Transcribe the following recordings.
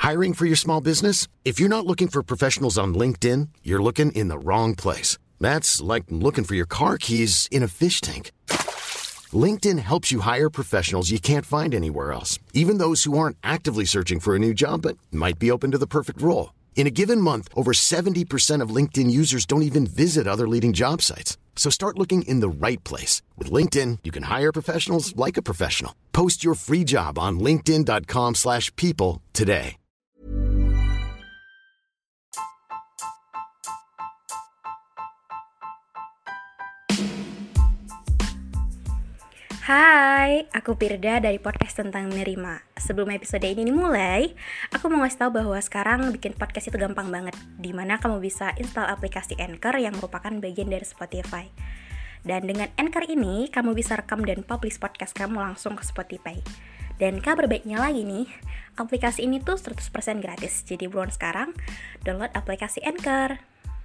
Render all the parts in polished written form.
Hiring for your small business? If you're not looking for professionals on LinkedIn, you're looking in the wrong place. That's like looking for your car keys in a fish tank. LinkedIn helps you hire professionals you can't find anywhere else, even those who aren't actively searching for a new job but might be open to the perfect role. In a given month, over 70% of LinkedIn users don't even visit other leading job sites. So start looking in the right place. With LinkedIn, you can hire professionals like a professional. Post your free job on linkedin.com/people today. Hai, aku Pirda dari podcast tentang menerima. Sebelum episode ini dimulai, aku mau ngasih tahu bahwa sekarang bikin podcast itu gampang banget, dimana kamu bisa install aplikasi Anchor yang merupakan bagian dari Spotify. Dan dengan Anchor ini, kamu bisa rekam dan publish podcast kamu langsung ke Spotify. Dan kabar baiknya lagi nih, aplikasi ini tuh 100% gratis. Jadi buruan sekarang, download aplikasi Anchor.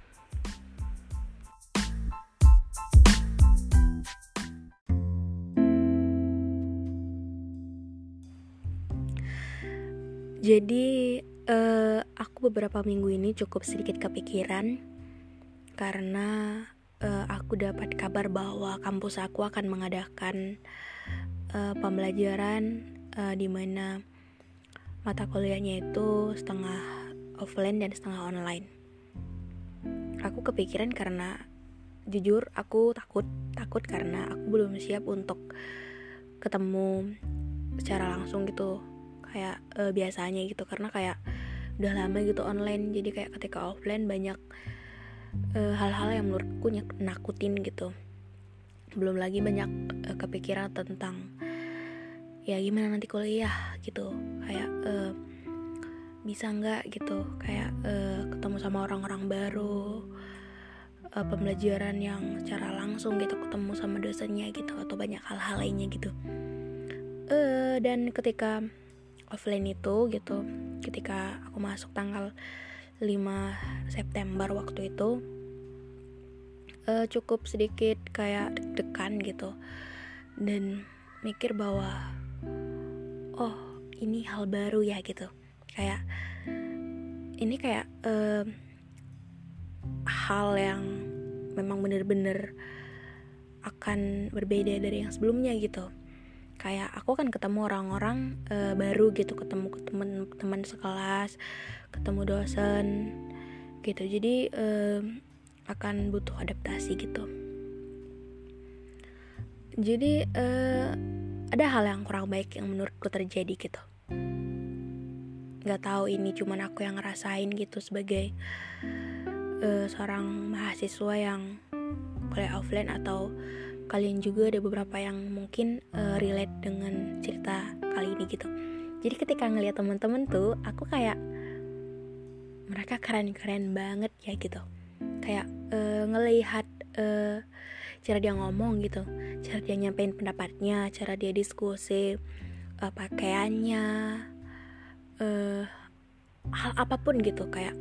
Jadi aku beberapa minggu ini cukup sedikit kepikiran karena aku dapat kabar bahwa kampus aku akan mengadakan pembelajaran di mana mata kuliahnya itu setengah offline dan setengah online. Aku kepikiran karena jujur aku takut karena aku belum siap untuk ketemu secara langsung gitu. Kayak biasanya gitu, karena kayak udah lama gitu online, jadi kayak ketika offline banyak hal-hal yang menurutku nakutin gitu. Belum lagi banyak kepikiran tentang ya gimana nanti kuliah gitu, kayak bisa nggak gitu, kayak ketemu sama orang-orang baru, pembelajaran yang secara langsung gitu, ketemu sama dosennya gitu, atau banyak hal-hal lainnya gitu. Dan ketika offline itu gitu, ketika aku masuk tanggal 5 September waktu itu cukup sedikit kayak deg-degan gitu, dan mikir bahwa oh ini hal baru ya gitu, kayak ini kayak hal yang memang benar-benar akan berbeda dari yang sebelumnya gitu. Kayak aku akan ketemu orang-orang baru gitu, ketemu teman sekelas, ketemu dosen gitu. Jadi akan butuh adaptasi gitu. Jadi ada hal yang kurang baik yang menurutku terjadi gitu. Gak tahu ini cuman aku yang ngerasain gitu sebagai seorang mahasiswa yang kuliah offline, atau kalian juga ada beberapa yang mungkin relate dengan cerita kali ini gitu. Jadi ketika ngelihat teman-teman tuh, aku kayak mereka keren-keren banget ya gitu. Kayak ngelihat cara dia ngomong gitu, cara dia nyampein pendapatnya, cara dia diskusi, pakaiannya, hal apapun gitu, kayak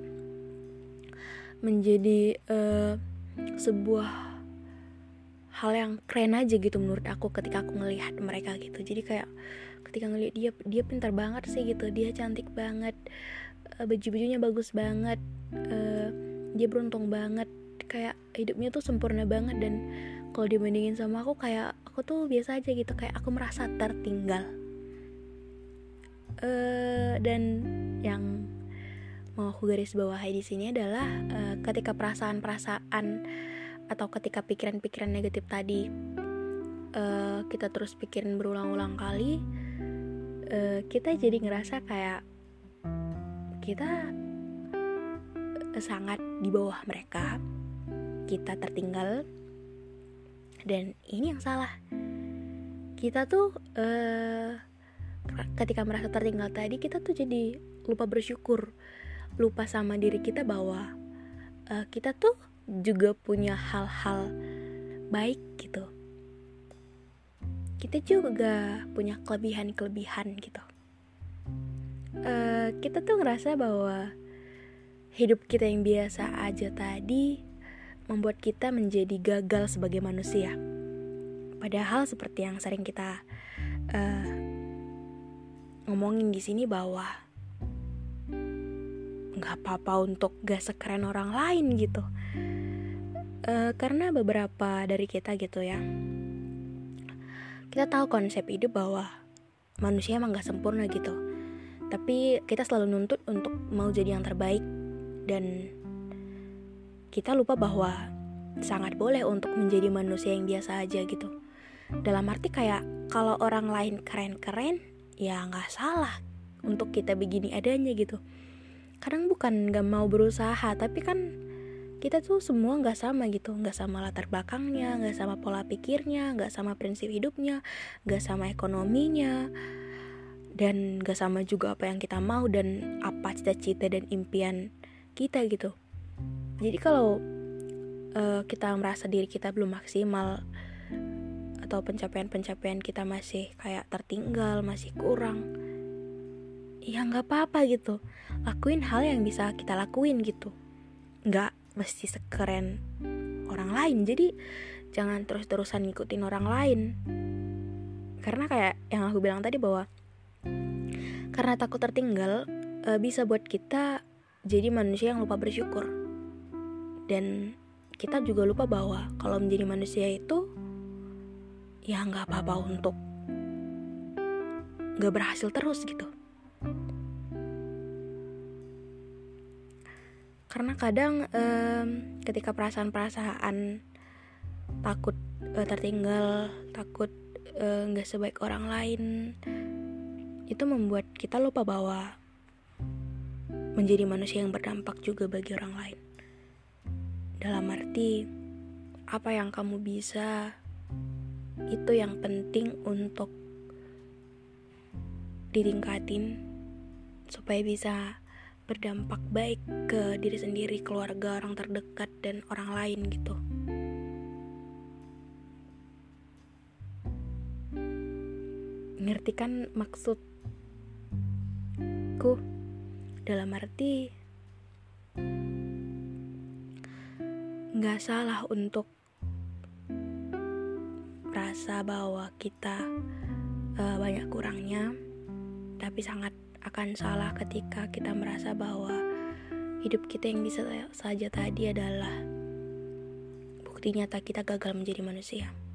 menjadi sebuah hal yang keren aja gitu menurut aku ketika aku ngelihat mereka gitu. Jadi kayak ketika ngelihat dia pintar banget sih gitu, dia cantik banget, baju-bajunya bagus banget, dia beruntung banget, kayak hidupnya tuh sempurna banget. Dan kalau dibandingin sama aku, kayak aku tuh biasa aja gitu, kayak aku merasa tertinggal. Dan yang mau aku garis bawahi di sini adalah ketika perasaan-perasaan atau ketika pikiran-pikiran negatif tadi kita terus pikirin berulang-ulang kali, kita jadi ngerasa kayak kita sangat di bawah mereka, kita tertinggal, dan ini yang salah. Kita tuh ketika merasa tertinggal tadi, kita tuh jadi lupa bersyukur, lupa sama diri kita bahwa kita tuh juga punya hal-hal baik gitu. Kita juga punya kelebihan-kelebihan gitu. Kita tuh ngerasa bahwa hidup kita yang biasa aja tadi membuat kita menjadi gagal sebagai manusia. Padahal seperti yang sering kita ngomongin di sini, bahwa nggak apa-apa untuk gak sekeren orang lain gitu. Karena beberapa dari kita gitu ya, kita tahu konsep hidup bahwa manusia emang gak sempurna gitu, tapi kita selalu nuntut untuk mau jadi yang terbaik. Dan kita lupa bahwa sangat boleh untuk menjadi manusia yang biasa aja gitu. Dalam arti kayak kalau orang lain keren-keren, ya gak salah untuk kita begini adanya gitu. Kadang bukan gak mau berusaha, tapi kan kita tuh semua gak sama gitu. Gak sama latar belakangnya, gak sama pola pikirnya, gak sama prinsip hidupnya, gak sama ekonominya, dan gak sama juga apa yang kita mau dan apa cita-cita dan impian kita gitu. Jadi kalau kita merasa diri kita belum maksimal, atau pencapaian-pencapaian kita masih kayak tertinggal, masih kurang, ya gak apa-apa gitu. Lakuin hal yang bisa kita lakuin gitu. Gak mesti sekeren orang lain. Jadi jangan terus-terusan ngikutin orang lain. Karena kayak yang aku bilang tadi, bahwa karena takut tertinggal bisa buat kita jadi manusia yang lupa bersyukur. Dan kita juga lupa bahwa kalau menjadi manusia itu ya gak apa-apa untuk gak berhasil terus gitu. Karena kadang ketika perasaan-perasaan takut tertinggal, takut gak sebaik orang lain, itu membuat kita lupa bahwa menjadi manusia yang berdampak juga bagi orang lain. Dalam arti, apa yang kamu bisa, itu yang penting untuk ditingkatin supaya bisa berdampak baik ke diri sendiri, keluarga, orang terdekat, dan orang lain gitu. Ngerti kan maksudku? Dalam arti gak salah untuk merasa bahwa kita banyak kurangnya, tapi sangat akan salah ketika kita merasa bahwa hidup kita yang bisa saja tadi adalah bukti nyata kita gagal menjadi manusia.